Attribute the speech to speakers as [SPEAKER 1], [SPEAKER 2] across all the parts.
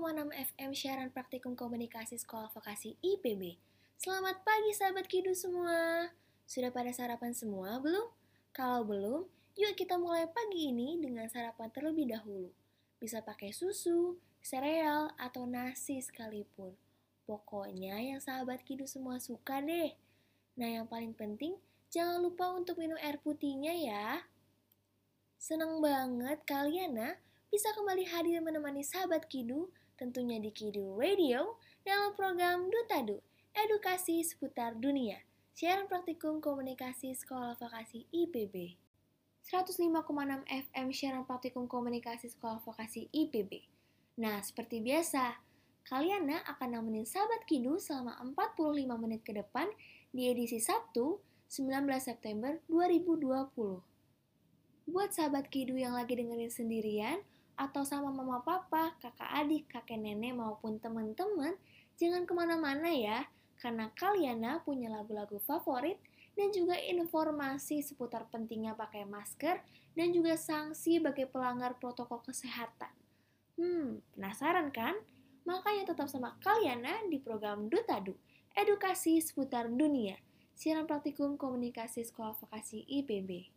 [SPEAKER 1] 105,6 FM siaran praktikum komunikasi Sekolah Vokasi IPB. Selamat pagi sahabat Kidu semua. Sudah pada sarapan semua belum? Kalau belum, yuk kita mulai pagi ini dengan sarapan terlebih dahulu. Bisa pakai susu, sereal, atau nasi sekalipun. Pokoknya yang sahabat Kidu semua suka deh. Nah yang paling penting, jangan lupa untuk minum air putihnya ya. Senang banget kalian bisa kembali hadir menemani sahabat Kidu, tentunya di Kidu Radio, dalam program Dutadu, edukasi seputar dunia, siaran praktikum komunikasi Sekolah Vokasi IPB. 105,6 FM siaran praktikum komunikasi Sekolah Vokasi IPB. Nah, seperti biasa, kalian akan nemenin sahabat Kidu selama 45 menit ke depan di edisi Sabtu, 19 September 2020. Buat sahabat Kidu yang lagi dengerin sendirian, atau sama mama papa, kakak adik, kakek nenek maupun teman-teman, jangan kemana-mana ya, karena kalian punya lagu-lagu favorit dan juga informasi seputar pentingnya pakai masker dan juga sanksi bagi pelanggar protokol kesehatan. Penasaran kan? Makanya tetap sama kalian di program Dutadu, edukasi seputar dunia, siaran praktikum komunikasi Sekolah Vokasi IPB.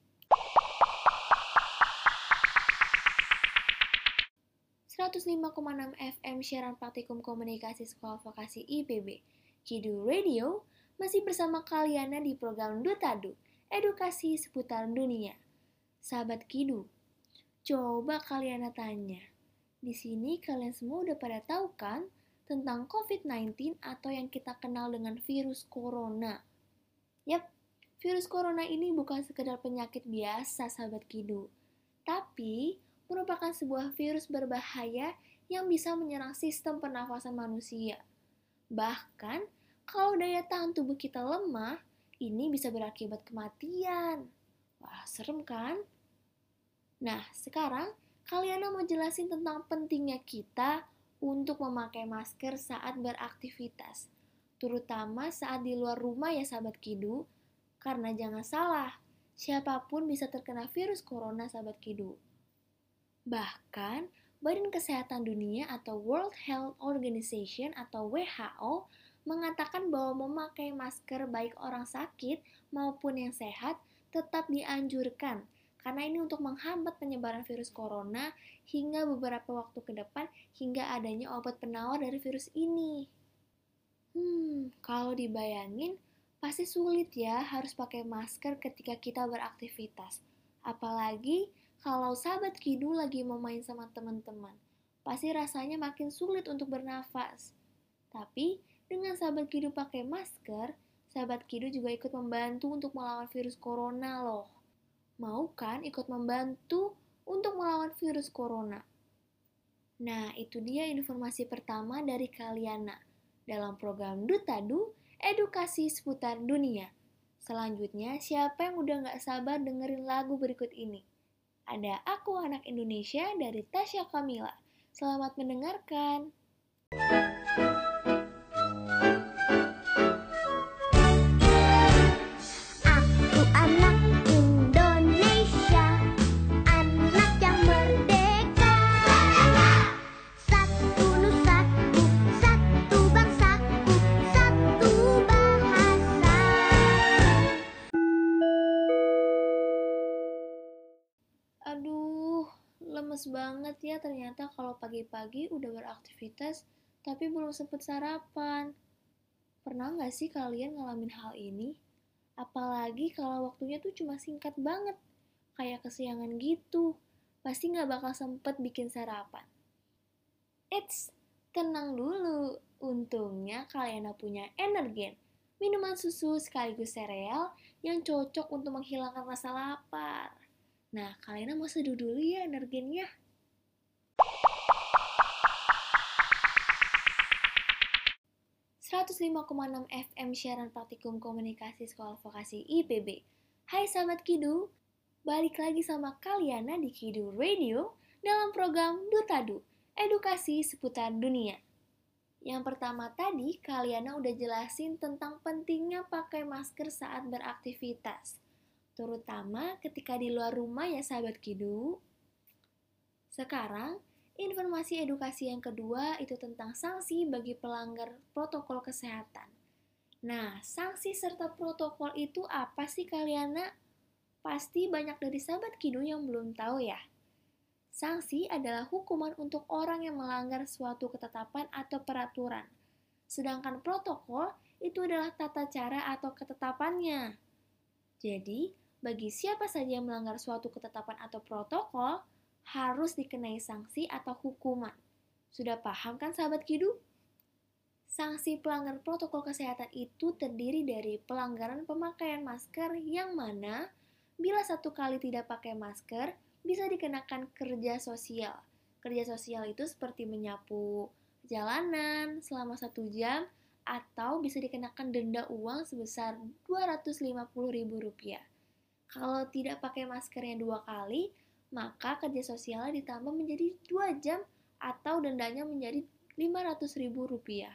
[SPEAKER 1] 105,6 FM siaran praktikum komunikasi Sekolah Vokasi IPB. Kidu Radio masih bersama kalian di program Dutadu, edukasi seputar dunia. Sahabat Kidu, coba kalian tanya. Di sini kalian semua udah pada tahu kan tentang COVID-19 atau yang kita kenal dengan virus corona. Yap, virus corona ini bukan sekedar penyakit biasa sahabat Kidu, tapi merupakan sebuah virus berbahaya yang bisa menyerang sistem pernafasan manusia. Bahkan, kalau daya tahan tubuh kita lemah, ini bisa berakibat kematian. Wah, serem kan? Nah, sekarang kalian mau jelasin tentang pentingnya kita untuk memakai masker saat beraktivitas. Terutama saat di luar rumah ya sahabat Kidu. Karena jangan salah, siapapun bisa terkena virus corona sahabat Kidu. Bahkan, Badan Kesehatan Dunia atau World Health Organization atau WHO mengatakan bahwa memakai masker baik orang sakit maupun yang sehat tetap dianjurkan karena ini untuk menghambat penyebaran virus corona hingga beberapa waktu ke depan hingga adanya obat penawar dari virus ini. Kalau dibayangin, pasti sulit ya harus pakai masker ketika kita beraktivitas. Apalagi kalau sahabat Kidu lagi mau main sama teman-teman, pasti rasanya makin sulit untuk bernafas. Tapi dengan sahabat Kidu pakai masker, sahabat Kidu juga ikut membantu untuk melawan virus corona loh. Mau kan ikut membantu untuk melawan virus corona? Nah, itu dia informasi pertama dari Kaliana dalam program Dutadu, edukasi seputar dunia. Selanjutnya, siapa yang udah gak sabar dengerin lagu berikut ini? Ada Aku Anak Indonesia dari Tasya Kamila. Selamat mendengarkan.
[SPEAKER 2] Aku anak Indonesia, anak yang merdeka. Satu nusaku, satu bangsaku, satu bahasa.
[SPEAKER 1] Aduh, lemes banget ya ternyata kalau pagi-pagi udah beraktivitas tapi belum sempet sarapan. Pernah gak sih kalian ngalamin hal ini? Apalagi kalau waktunya tuh cuma singkat banget, kayak kesiangan gitu. Pasti gak bakal sempet bikin sarapan. Eits, tenang dulu. Untungnya kalian punya Energen, minuman susu sekaligus sereal yang cocok untuk menghilangkan rasa lapar. Nah, kalian mau seduh dulu ya Energennya. .6 FM siaran praktikum komunikasi Sekolah Vokasi IPB. Hai sahabat Kidu, balik lagi sama Kaliana di Kidu Radio dalam program Dutadu, edukasi seputar dunia. Yang pertama tadi, Kaliana udah jelasin tentang pentingnya pakai masker saat beraktivitas. Terutama ketika di luar rumah ya sahabat Kidu. Sekarang, Informasi edukasi yang kedua itu tentang sanksi bagi pelanggar protokol kesehatan. Nah, sanksi serta protokol itu apa sih Kaliana? Pasti banyak dari sahabat Kidu yang belum tahu ya. Sanksi adalah hukuman untuk orang yang melanggar suatu ketetapan atau peraturan. Sedangkan protokol itu adalah tata cara atau ketetapannya. Jadi, bagi siapa saja yang melanggar suatu ketetapan atau protokol, harus dikenai sanksi atau hukuman. Sudah paham kan sahabat Kidu? Sanksi pelanggar protokol kesehatan itu terdiri dari pelanggaran pemakaian masker yang mana bila 1 kali tidak pakai masker bisa dikenakan kerja sosial. Kerja sosial itu seperti menyapu jalanan selama 1 jam atau bisa dikenakan denda uang sebesar Rp250.000. Kalau tidak pakai maskernya 2 kali, maka kerja sosialnya ditambah menjadi 2 jam atau dendanya menjadi Rp500.000.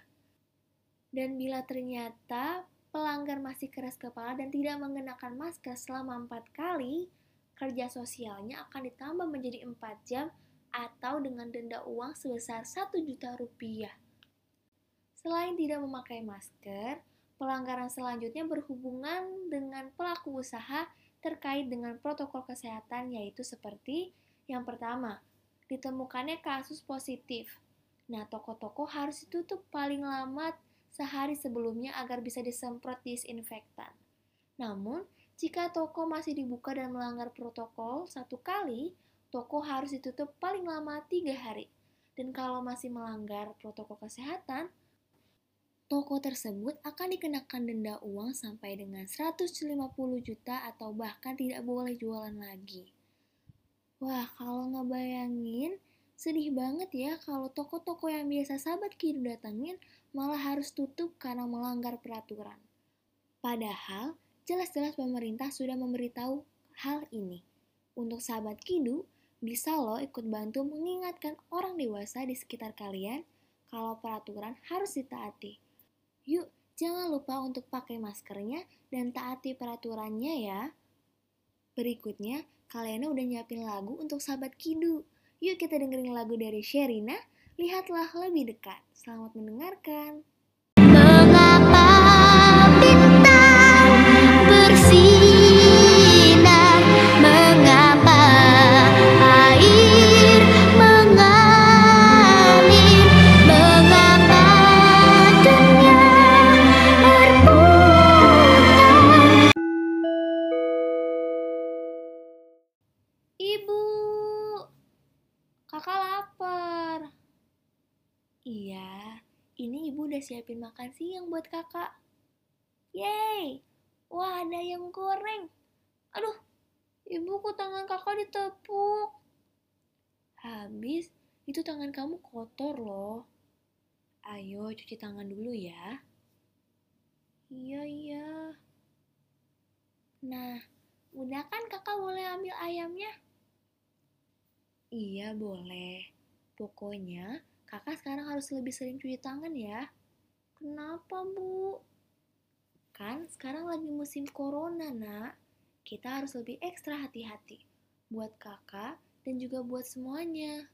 [SPEAKER 1] Dan bila ternyata pelanggar masih keras kepala dan tidak mengenakan masker selama 4 kali, kerja sosialnya akan ditambah menjadi 4 jam atau dengan denda uang sebesar Rp1.000.000. Selain tidak memakai masker, pelanggaran selanjutnya berhubungan dengan pelaku usaha terkait dengan protokol kesehatan, yaitu seperti yang pertama, ditemukannya kasus positif. Nah, toko-toko harus ditutup paling lama sehari sebelumnya agar bisa disemprot disinfektan. Namun, jika toko masih dibuka dan melanggar protokol 1 kali, toko harus ditutup paling lama 3 hari. Dan kalau masih melanggar protokol kesehatan, toko tersebut akan dikenakan denda uang sampai dengan 150 juta atau bahkan tidak boleh jualan lagi. Wah, kalau ngebayangin, sedih banget ya kalau toko-toko yang biasa sahabat Kidu datangin malah harus tutup karena melanggar peraturan. Padahal, jelas-jelas pemerintah sudah memberitahu hal ini. Untuk sahabat Kidu, bisa loh ikut bantu mengingatkan orang dewasa di sekitar kalian kalau peraturan harus ditaati. Yuk, jangan lupa untuk pakai maskernya dan taati peraturannya ya. Berikutnya, kalian udah nyiapin lagu untuk sahabat Kidu. Yuk kita dengerin lagu dari Sherina, Lihatlah Lebih Dekat. Selamat mendengarkan.
[SPEAKER 2] Mengapa bintang bersinar? Mengapa air mengalir? Mengapa dunia berputar?
[SPEAKER 1] Ibu, kakak lapar. Iya, ini ibu udah siapin makan siang buat kakak. Yeay, wah ada ayam goreng. Aduh, ibu kok tangan kakak ditepuk? Habis, itu tangan kamu kotor loh. Ayo cuci tangan dulu ya. Iya. Nah, udah kan kakak boleh ambil ayamnya? Iya boleh. Pokoknya kakak sekarang harus lebih sering cuci tangan ya. Kenapa bu? Kan sekarang lagi musim corona nak. Kita harus lebih ekstra hati-hati. Buat kakak dan juga buat semuanya.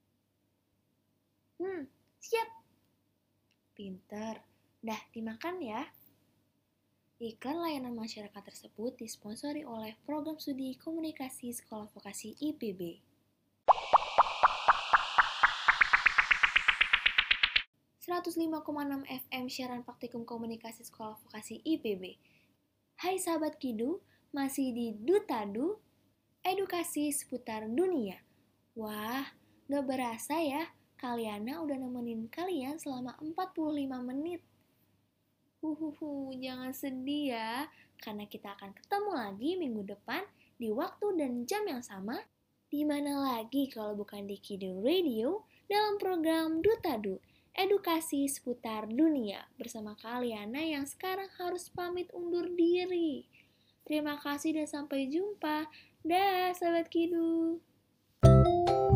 [SPEAKER 1] Siap. Pinter. Dah dimakan ya. Iklan layanan masyarakat tersebut disponsori oleh Program Studi Komunikasi Sekolah Vokasi IPB. 105,6 FM siaran praktikum komunikasi Sekolah Vokasi IPB. Hai sahabat Kidu, masih di Dutadu, edukasi seputar dunia. Wah, gak berasa ya, Kaliana udah nemenin kalian selama 45 menit. Jangan sedih ya, karena kita akan ketemu lagi minggu depan di waktu dan jam yang sama. Di mana lagi kalau bukan di Kidu Radio dalam program Dutadu, edukasi seputar dunia bersama Kaliana yang sekarang harus pamit undur diri. Terima kasih dan sampai jumpa. Dah, sahabat Kidu.